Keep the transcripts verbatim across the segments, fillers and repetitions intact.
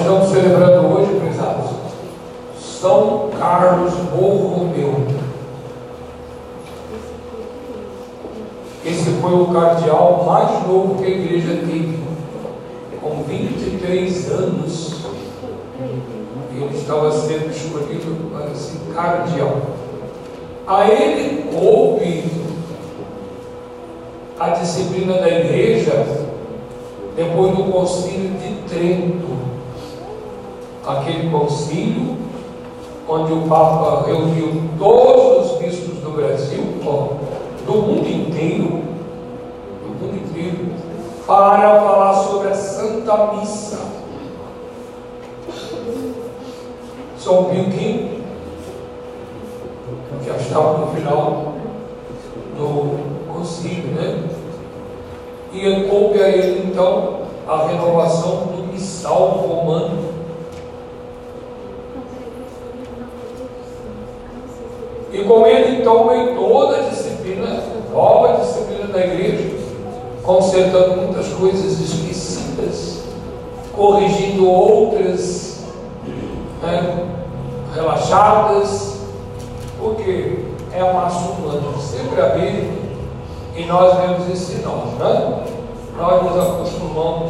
estamos celebrando hoje, prezados, São Carlos Borromeu. Esse foi o cardeal mais novo que a igreja teve, com vinte e três anos. Ele estava sendo escolhido para ser cardeal. A ele coube a disciplina da igreja depois do concílio de Trento, aquele concílio onde o Papa reuniu todos os bispos do Brasil, ó, do mundo inteiro, do mundo inteiro, para falar sobre a Santa Missa. São Pio quinto já estava no final do concílio, né? E coube a ele então a renovação do missal romano. E com ele então veio toda a disciplina, nova disciplina da igreja, consertando muitas coisas esquecidas, corrigindo outras, né, relaxadas, porque é a massa humana, sempre a ver, e nós vemos isso em nós, né? Nós nos acostumamos,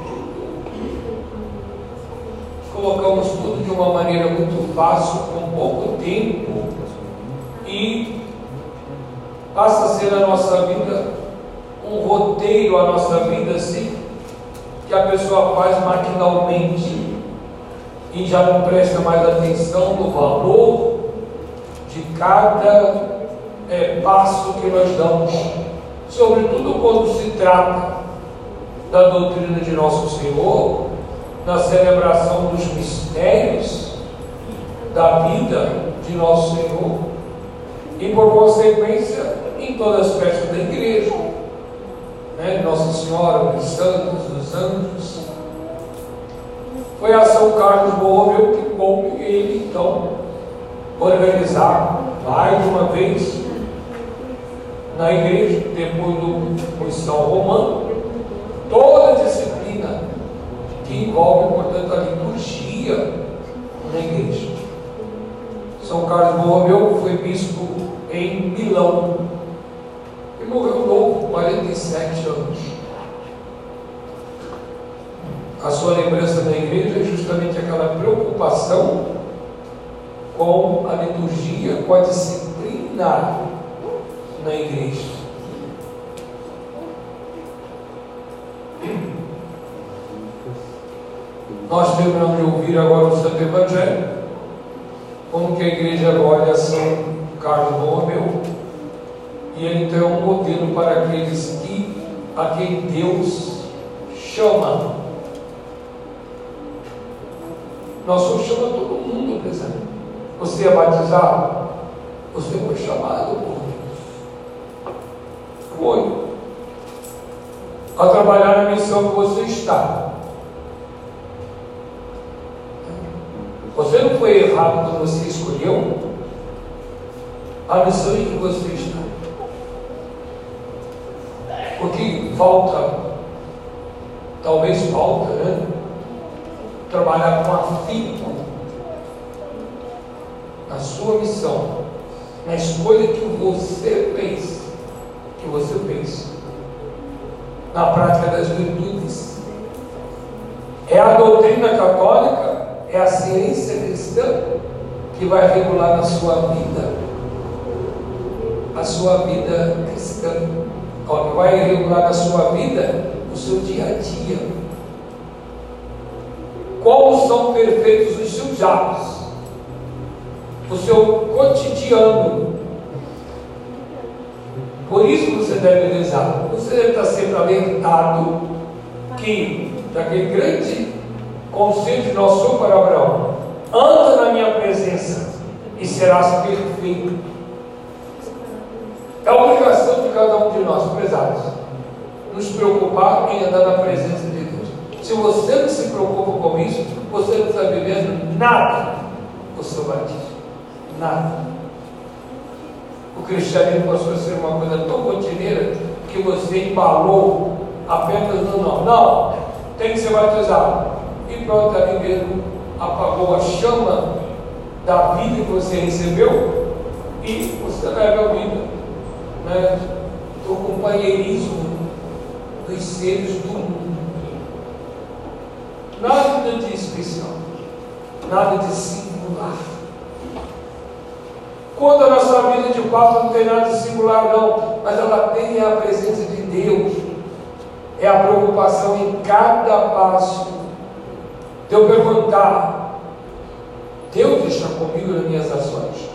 colocamos tudo de uma maneira muito fácil, com pouco tempo, e passa a ser a nossa vida um roteiro, a nossa vida assim, que a pessoa faz maquinalmente e já não presta mais atenção no valor de cada é, passo que nós damos, sobretudo quando se trata da doutrina de Nosso Senhor, da celebração dos mistérios da vida de Nosso Senhor, e por consequência em todas as festas da igreja, né? Nossa Senhora, dos santos, dos anjos. Foi a São Carlos Borromeu que coube ele então organizar mais de uma vez na igreja, depois do missal romano, toda a disciplina que envolve, portanto, a liturgia na igreja. São Carlos Borromeu foi bispo em Milão e morreu novo, quarenta e sete anos. A sua lembrança da igreja é justamente aquela preocupação com a liturgia, com a disciplina na igreja. Nós terminamos de ouvir agora o Santo Evangelho, como que a igreja olha a São Carlos Borromeu, e ele então é um modelo para aqueles que, a quem Deus chama. Nós somos chama todo mundo, pensando. Você é batizado? Você foi chamado por Deus. Foi. A trabalhar na missão que você está. Você não foi errado quando você escolheu a missão em que você está. Porque falta, talvez falta, né? Trabalhar com afinco na sua missão, na escolha que você fez, que você fez, na prática das virtudes. É a doutrina católica, é a ciência cristã que vai regular na sua vida, a sua vida cristã, que vai regular na sua vida o seu dia a dia. Como são perfeitos os seus atos, o seu cotidiano. Por isso você deve rezar. Você deve estar sempre alentado que, daquele grande conselho de Nosso Senhor para Abraão, anda na minha presença e serás perfeito. É a obrigação de cada um de nós, prezados, nos preocupar em andar na presença de Deus. Se você não se preocupa com isso, você não está vivendo nada o seu batismo. Nada. O cristianismo passou a ser uma coisa tão rotineira que você embalou apenas no não. Não, tem que ser batizado. e pronto, ali mesmo apagou a chama da vida que você recebeu e você leva a vida, né, o companheirismo dos seres do mundo. Nada de especial, nada de singular. Quando a nossa vida de fato não tem nada de singular, não, mas ela tem a presença de Deus, é a preocupação em cada passo, de eu perguntar: Deus está comigo nas minhas ações?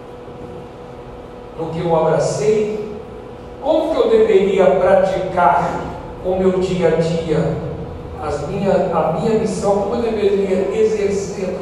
No que eu abracei? Como que eu deveria praticar o meu dia a dia, as minha, a minha missão, como eu deveria exercê-la?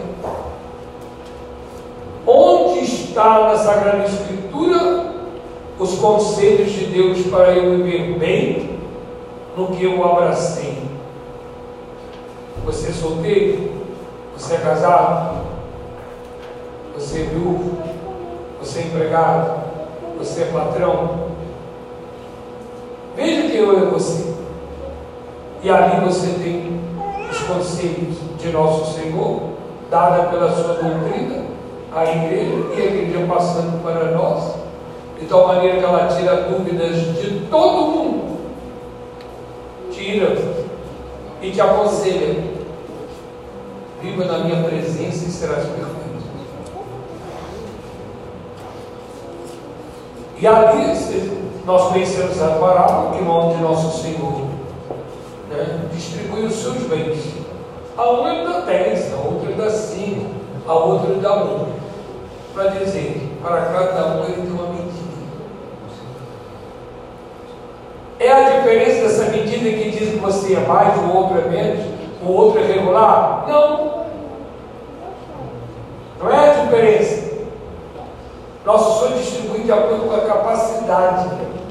Onde está na Sagrada Escritura os conselhos de Deus para eu viver bem no que eu abracei? Você é solteiro? Você é casado? Você é viúvo? Você é empregado? Você é patrão? Veja que eu é você. E ali você tem os conselhos de nosso Senhor, dada pela sua doutrina, a igreja, e a igreja passando para nós, de tal maneira que ela tira dúvidas de todo mundo, tira e te aconselha: viva na minha presença e serás perfeito. E ali nós conhecemos a parábola que onde nosso Senhor, né, distribui os seus bens. A um ele dá dez, a outro ele dá cinco, a outro ele dá um, para dizer, para cada um ele tem uma medida. É a diferença dessa medida que diz que você é mais, o outro é menos, o outro é regular? Não. Não é a diferença. Nosso sonho distribui de acordo com a capacidade.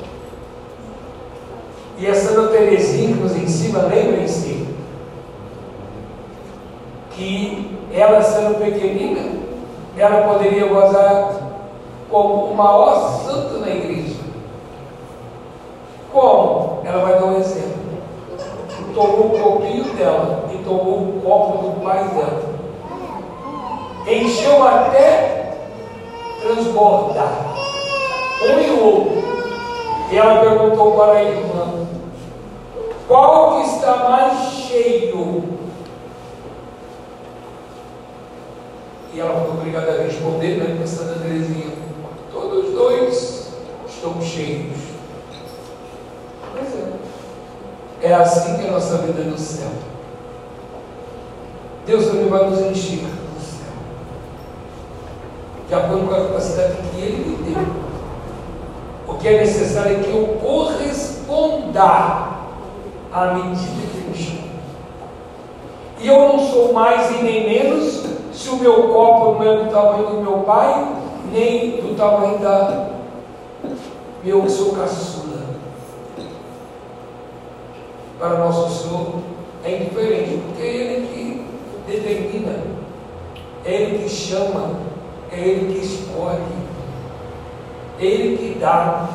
E a Santa Teresinha que nos ensina, lembrem-se que ela, sendo pequenina, ela poderia gozar como o maior santo na igreja. Como? Ela vai dar um exemplo. Tomou um copinho dela e tomou um copo do pai dela. Encheu até transbordar, um e outro. E ela perguntou para a irmã: qual que está mais cheio? E ela foi obrigada a responder, né, para Santa Teresinha: todos dois estão cheios. Pois é, é assim que é a nossa vida no céu. Deus também vai nos encher no céu, de acordo com a capacidade que Ele me deu. O que é necessário é que eu corresponda à medida que me chama. E eu não sou mais e nem menos se o meu copo não é do tamanho do meu pai, nem do tamanho da meu, eu sou caçula. Para nosso Senhor é indiferente, porque é Ele que determina, é Ele que chama, é Ele que escolhe, é Ele que dá.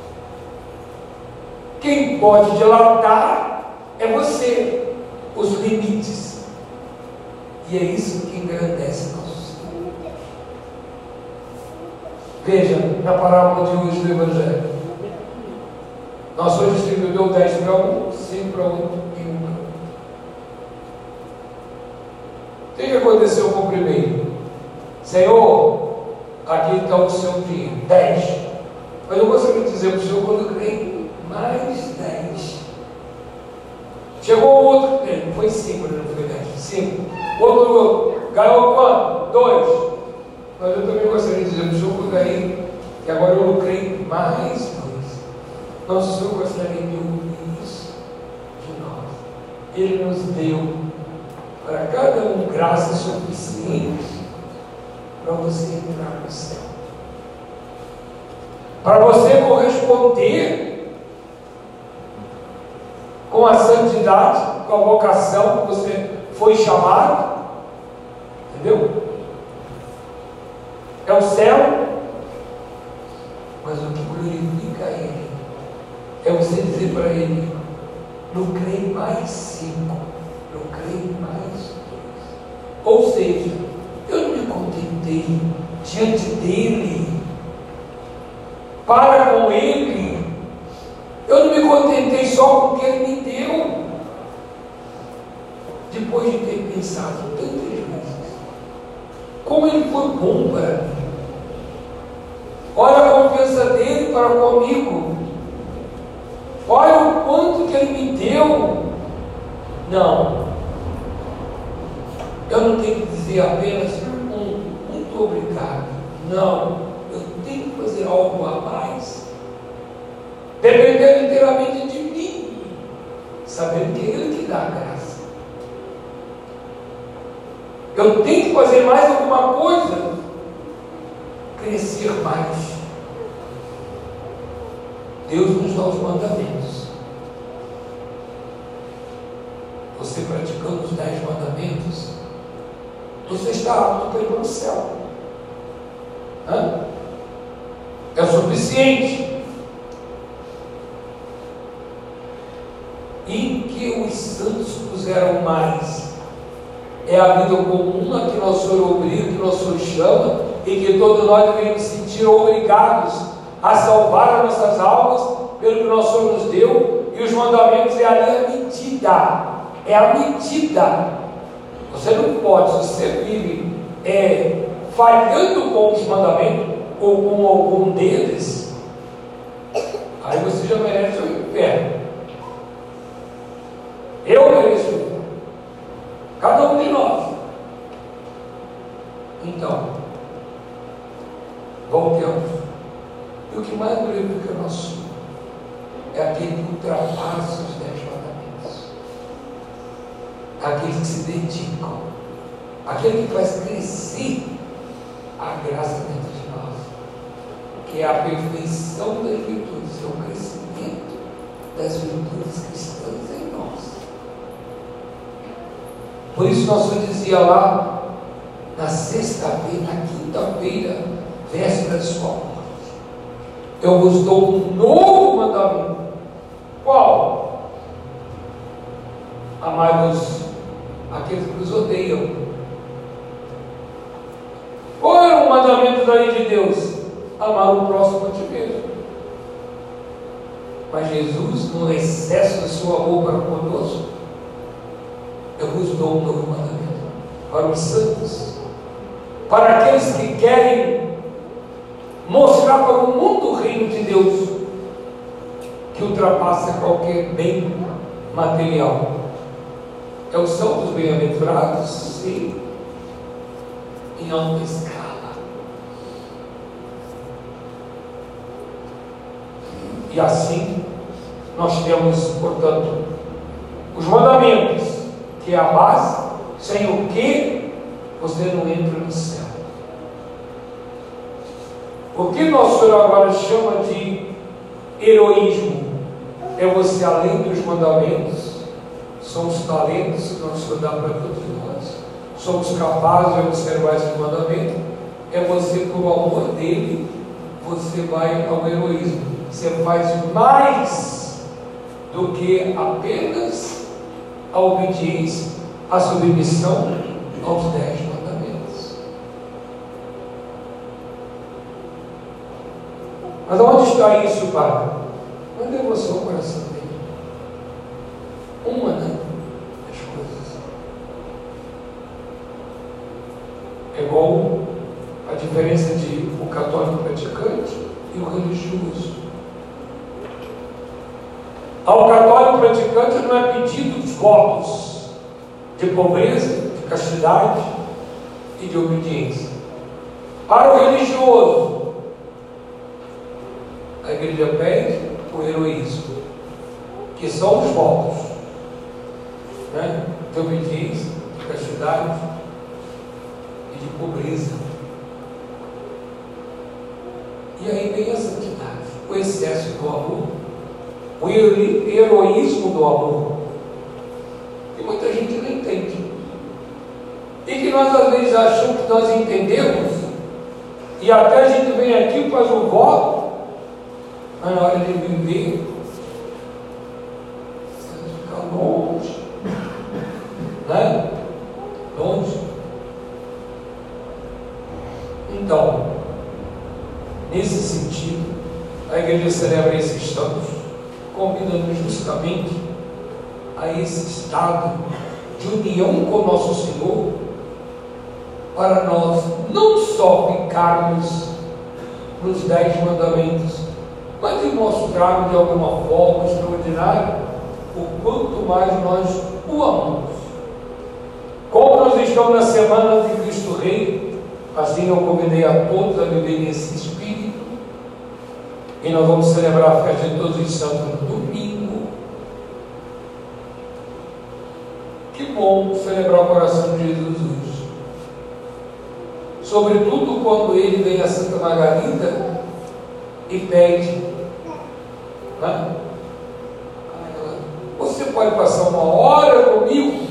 Quem pode dilatar é você, os limites. E é isso que engrandece nosso Senhor. Veja, na parábola de hoje do Evangelho, nosso Senhor distribuiu dez para um, cinco para outro e um para outro. O que, que aconteceu com o primeiro? Senhor, aqui está o seu dinheiro, dez. Mas eu gostaria de dizer para o Senhor, quando eu ganhei mais dez. Chegou o outro, foi cinco, não foi dez, cinco. Outro ganhou quanto? Dois. Mas eu também gostaria de dizer para o Senhor que eu ganhei, que agora eu lucrei mais dois. Nosso Senhor gostaria de ouvir isso de nós. Ele nos deu para cada um graças suficientes para você entrar no céu. Para você corresponder com a santidade, com a vocação que você foi chamado. Entendeu? É o céu, mas o que glorifica Ele é você dizer para Ele: lucrei mais cinco, procreio mais. Ou seja, eu não me contentei diante dele, para com ele, eu não me contentei só com o que ele me deu. Depois de ter pensado tantas vezes, como ele foi bom para mim, olha a confiança dele para comigo, olha o quanto que ele me deu. Não, eu não tenho que dizer apenas um muito obrigado. Não, eu tenho que fazer algo a mais, dependendo inteiramente de mim, sabendo que é ele que dá a graça. Eu tenho que fazer mais alguma coisa, crescer mais. Deus nos dá os mandamentos. Você praticando os dez mandamentos, você está apto para ir para o céu. Hã? É o suficiente. Em que os santos puseram mais? É a vida comum a que nosso Senhor obriga, que nosso Senhor chama, e que todos nós deveríamos sentir obrigados a salvar as nossas almas pelo que nosso Senhor nos deu. E os mandamentos é ali a medida, é a medida. Você não pode, se você vive é, falhando com os mandamentos ou com algum deles, aí você já merece o inferno. Eu mereço o inferno, cada um de nós. Então, voltemos. E o que mais glorifica nosso é aquele que ultrapassa os dez mandamentos, aqueles que se dedicam, aquele que faz crescer a graça dentro de nós, que é a perfeição das virtudes, é o crescimento das virtudes cristãs em nós. Por isso nosso Senhor dizia lá, na sexta-feira, na quinta-feira, véspera de sua morte, eu vos dou um novo mandamento. Qual? Amai-vos aqueles que vos odeiam. Qual era o mandamento da lei de Deus? Amar o próximo a ti mesmo. Mas Jesus, no excesso da sua amor para conosco, eu vos dou um novo mandamento para os santos, para aqueles que querem mostrar para o mundo o reino de Deus, que ultrapassa qualquer bem material. É o são dos bem-aventurados, sim, em alta escala. E assim nós temos, portanto, os mandamentos, que é a base, sem o que você não entra no céu. O que nosso Senhor agora chama de heroísmo é você, além dos mandamentos, são os talentos que nosso Senhor dá para todos nós. Somos capazes de observar esse mandamento. É você, por amor dele, você vai ao heroísmo. Você faz mais do que apenas a obediência, a submissão aos dez mandamentos. Mas onde está isso, Padre? Na devoção ao coração dele. Uma, né? Das coisas. É igual a diferença de o católico praticante e o religioso. Ao católico praticante não é pedido os votos de pobreza, de castidade e de obediência. Para o religioso, a igreja pede o heroísmo, que são os votos, né? De obediência, de castidade e de pobreza. E aí vem a santidade, o excesso do amor, o heroísmo do amor, que muita gente não entende, e que nós às vezes achamos que nós entendemos, e até a gente vem aqui e faz um voto, mas na hora de viver, você fica longe. igreja celebra esses santos, convidando justamente a esse estado de união com nosso Senhor, para nós não só ficarmos nos dez mandamentos, mas em mostrarmos de alguma forma extraordinária o quanto mais nós o amamos. Como nós estamos na semana de Cristo Rei, assim eu convidei a todos a viver nesse espírito, e nós vamos celebrar a festa de todos os santos no domingo. Que bom celebrar o coração de Jesus hoje, sobretudo quando ele vem a Santa Margarida e pede, né? Você pode passar uma hora comigo,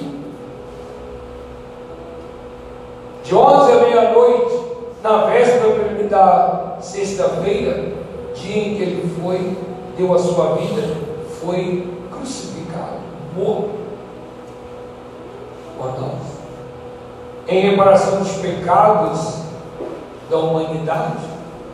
de onze à meia-noite, na véspera da sexta-feira, dia em que ele foi, deu a sua vida, foi crucificado, morto por nós, em reparação dos pecados da humanidade.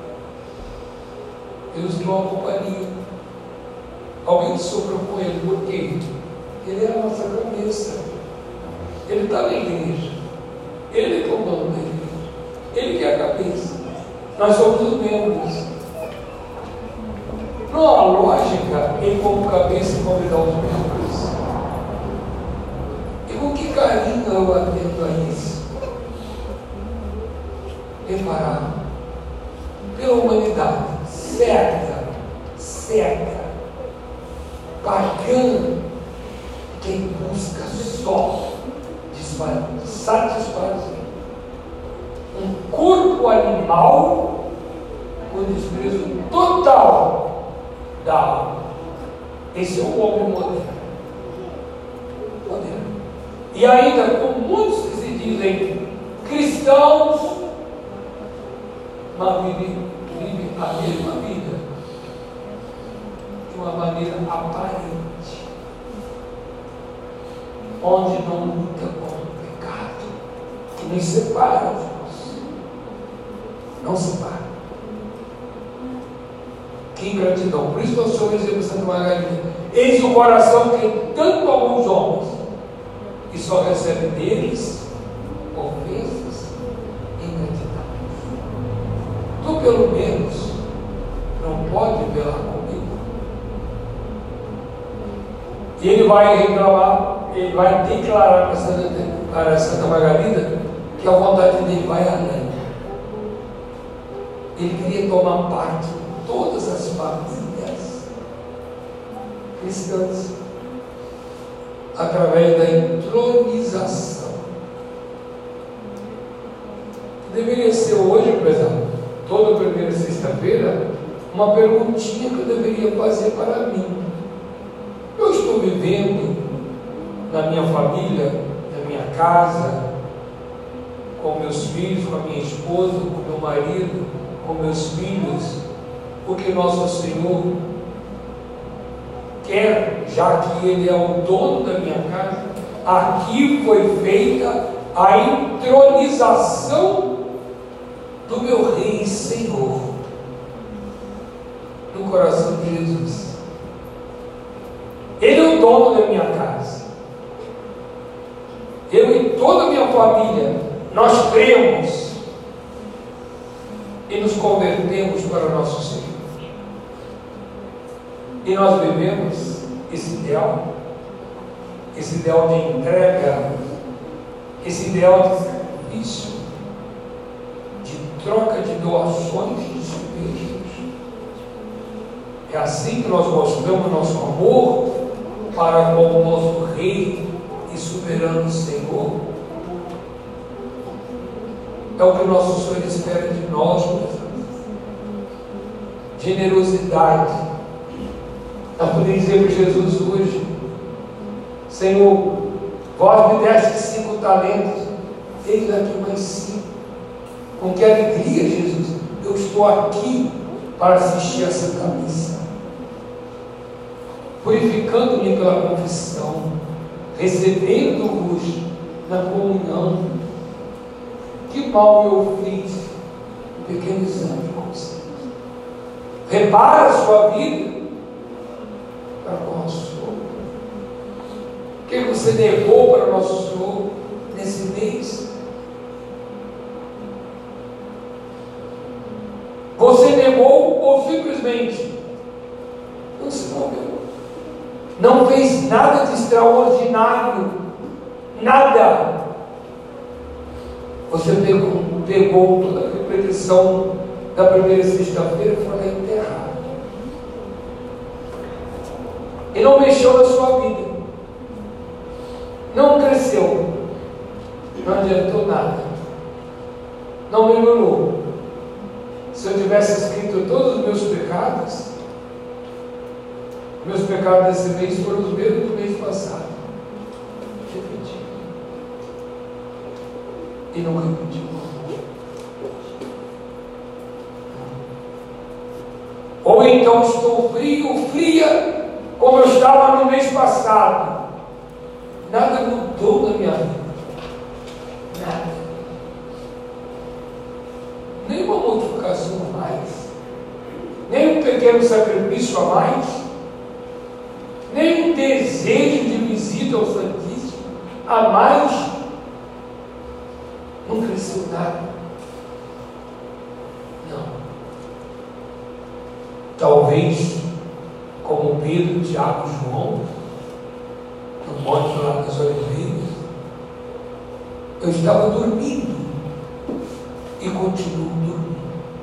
Deus deu uma companhia. Alguém soprou com ele, por quê? Ele é a nossa cabeça, ele está na igreja, ele comanda a igreja, ele que é a cabeça, nós somos os membros. Não há lógica em como cabeça convidar os membros. E com que carinho eu atendo a isso? Reparar pela humanidade certa, certa, pagã, quem busca só satisfazer um corpo animal com desprezo total da alma. Esse é o homem moderno. moderno. E ainda com muitos que se dizem cristãos, mas vivem vive a mesma vida de uma maneira aparente, onde não luta contra o pecado, que nem separa os nossos, não separa. Que ingratidão! Por isso nós somos exemplo de Santa Margarida. Eis o coração que tem tanto alguns homens, e só recebe deles ofensas e ingratidão. Tu pelo menos não pode velar comigo. E ele vai reclamar, ele vai declarar para Santa, para Santa Margarida que a vontade dele vai além. Ele queria tomar parte em todas as famílias cristãs através da entronização. Deveria ser hoje, prezado, toda primeira sexta-feira, uma perguntinha que eu deveria fazer para mim. Eu estou vivendo na minha família, na minha casa, com meus filhos, com a minha esposa, com meu marido, com meus filhos, porque nosso Senhor quer, já que Ele é o dono da minha casa. Aqui foi feita a entronização do meu Rei e Senhor no coração de Jesus. Ele é o dono da minha casa. Eu e toda a minha família, nós cremos e nos convertemos para o nosso Senhor. E nós vivemos esse ideal, esse ideal de entrega, esse ideal de serviço, de troca de doações de supérfluos. É assim que nós mostramos nosso amor para com o nosso Rei e soberano Senhor. É o que o nosso Senhor espera de nós, generosidade. Nós podemos dizer para Jesus hoje: Senhor, vós me deste cinco talentos, eis aqui mais cinco. Com que alegria, Jesus, eu estou aqui para assistir a Santa Missa, purificando-me pela confissão, recebendo-vos na comunhão. Que mal eu fiz, um pequeno exame de consciência. repara a sua vida para com o Senhor. O que você negou para o nosso Senhor nesse mês? Você negou ou simplesmente não se moveu? Não fez nada de extraordinário, nada. Você pegou, pegou toda a repetição da primeira sexta-feira e foi enterrar. E não mexeu na sua vida. Não cresceu. Não adiantou nada. Não melhorou. Se eu tivesse escrito todos os meus pecados, meus pecados desse mês foram os mesmos do mês passado. Repeti. E não repeti. Ou então estou frio, fria, como eu estava no mês passado. Nada mudou na minha vida. Nada. Nenhuma modificação a mais. Nem um pequeno sacrifício a mais. Nem um desejo de visita ao Santíssimo a mais. Não cresceu nada. Não. Talvez, como Pedro, Tiago e João, no monte lá das Oliveiras, eu estava dormindo e continuo dormindo.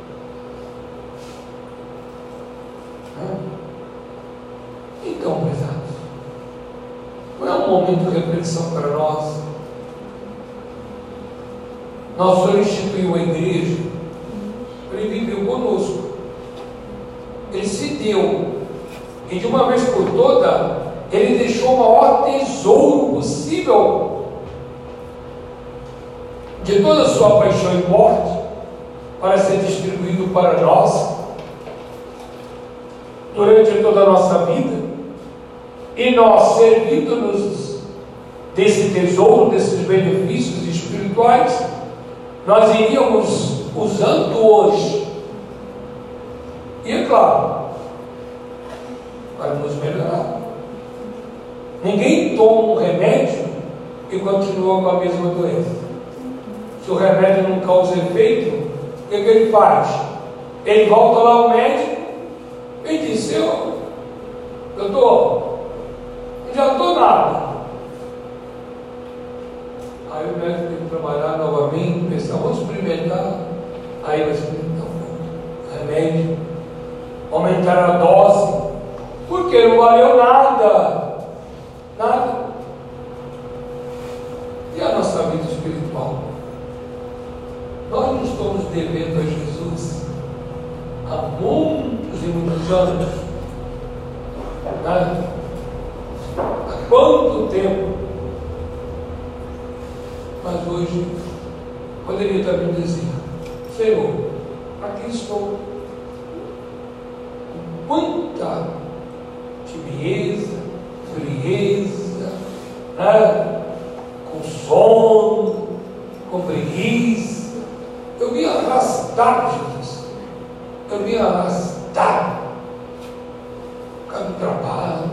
Então, prezados, não é um momento de reflexão para nós? Nosso Senhor instituiu a igreja, Ele viveu conosco. Ele se deu, e de uma vez por toda, Ele deixou o maior tesouro possível de toda a sua paixão e morte para ser distribuído para nós durante toda a nossa vida, e nós, servindo-nos desse tesouro, desses benefícios espirituais, nós iríamos usando hoje. E é claro, para nos melhorar. Ninguém toma um remédio e continua com a mesma doença. Se o remédio não causa efeito, o que, que ele faz? Ele volta lá ao médico e diz: eu, doutor, já estou nada. Aí o médico tem que trabalhar novamente, pensar, vamos experimentar. Aí vai experimentar um remédio, aumentar a dose, porque não valeu nada, nada. E a nossa vida espiritual? Nós não estamos devendo a Jesus há muitos e muitos anos, né? Há quanto tempo? Mas hoje poderia também dizer: Senhor, aqui estou. Quanta tibieza, frieza, né? Com sono, com preguiça. Eu me arrastar, Jesus. Eu me arrastar. Por causa do trabalho.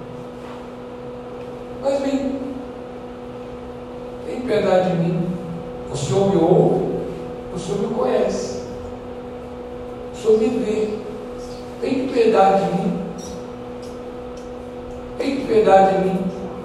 Mas vem, tem piedade de mim. O Senhor me ouve, o Senhor me conhece, o Senhor me vê. Tem piedade de mim. Tem piedade de mim.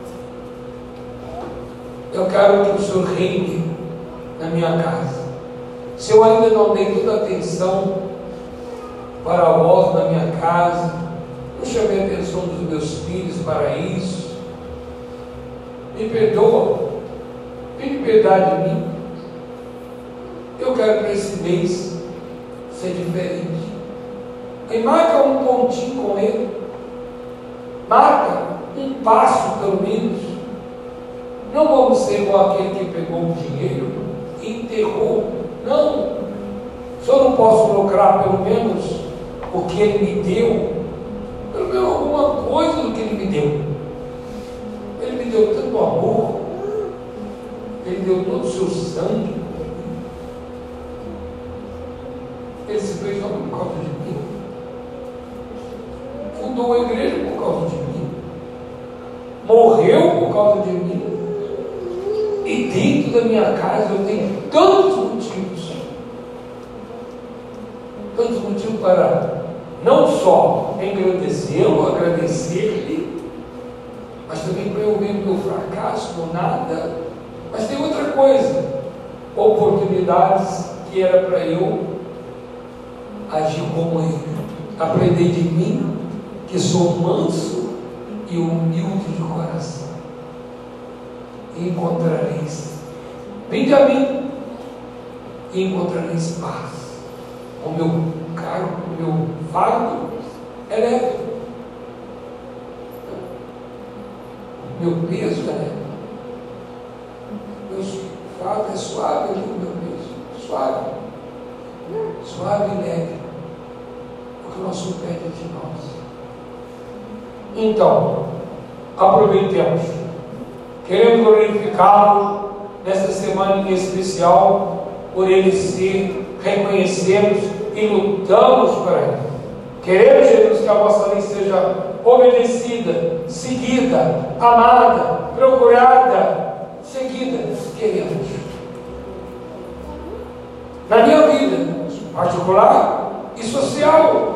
Eu quero que o Senhor reine na minha casa. Se eu ainda não dei toda a atenção para vós na minha casa, não chamei a atenção dos meus filhos para isso, me perdoa. Tem piedade de mim. Eu quero que esse mês seja diferente. E marca um pontinho com Ele. Marca um passo, pelo menos. Não vamos ser igual aquele que pegou o dinheiro e enterrou. Não. Se eu não posso lucrar pelo menos o que Ele me deu, pelo menos alguma coisa do que Ele me deu. Ele me deu tanto amor. Ele deu todo o seu sangue. Ele se fez por causa de mim. fundou a igreja por causa de mim, morreu por causa de mim, e dentro da minha casa eu tenho tantos motivos, tantos motivos para não só engrandecê-lo, agradecer-lhe, mas também para eu ver o meu fracasso no nada. Mas tem outra coisa, oportunidades que era para eu agir como ele, aprender de mim, que sou manso e humilde de coração, e encontrareis, vinde a mim e encontrareis paz. O meu cargo, o meu fardo é leve, o meu peso é leve, o meu fardo é suave, ali o meu peso, suave, suave e leve, porque o nosso pede de nós. Então, aproveitemos, queremos glorificá-lo nesta semana em especial, por ele ser, reconhecemos e lutamos para ele. Queremos, Jesus, que a vossa lei seja obedecida, seguida, amada, procurada, seguida. Queremos. Na minha vida particular e social,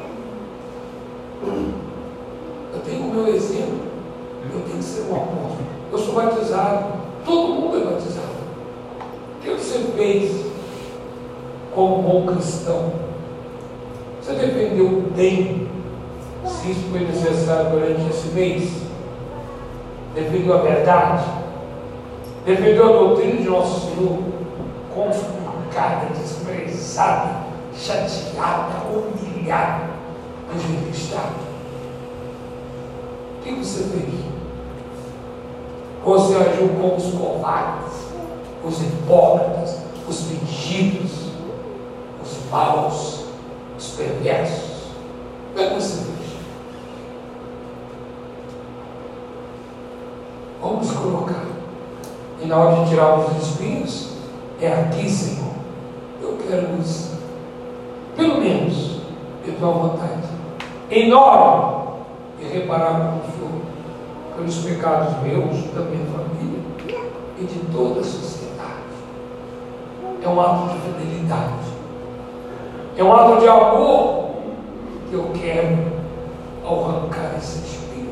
eu tenho o meu exemplo, eu tenho que ser um apóstolo. Eu sou batizado, todo mundo é batizado. O que você fez como bom cristão? Você defendeu bem, se isso foi necessário durante esse mês? Defendeu a verdade? Defendeu a doutrina de nosso Senhor? Conspurcada, desprezada, chateada, humilhada, rejeitado? O que você fez? Você agiu como os covardes, os hipócritas, os fingidos, os maus, os perversos? O que você fez? Vamos colocar, e na hora de tirar os espinhos, é aqui, Senhor, eu quero isso, pelo menos, de tua vontade, enorme, e reparar como sou, pelos pecados meus, da minha família e de toda a sociedade. É um ato de fidelidade, é um ato de amor que eu quero arrancar esse espírito.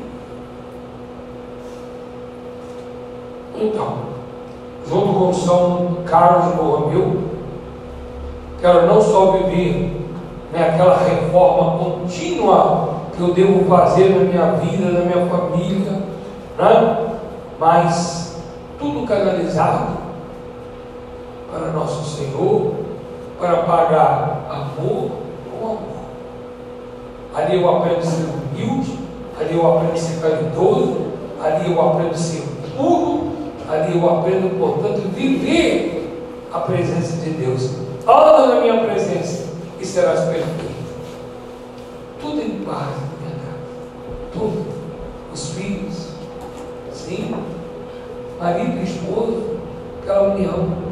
Então, junto com São Carlos Borromeu, quero não só viver, né, aquela reforma contínua que eu devo fazer na minha vida, na minha família, né? Mas tudo canalizado para nosso Senhor, para pagar amor com amor. Ali eu aprendo a ser humilde, ali eu aprendo a ser caridoso, ali eu aprendo a ser puro, ali eu aprendo, portanto, a viver a presença de Deus. Anda na minha presença e serás perfeito. Tudo em paz na minha casa, tudo, os filhos, sim, marido e esposa, aquela união,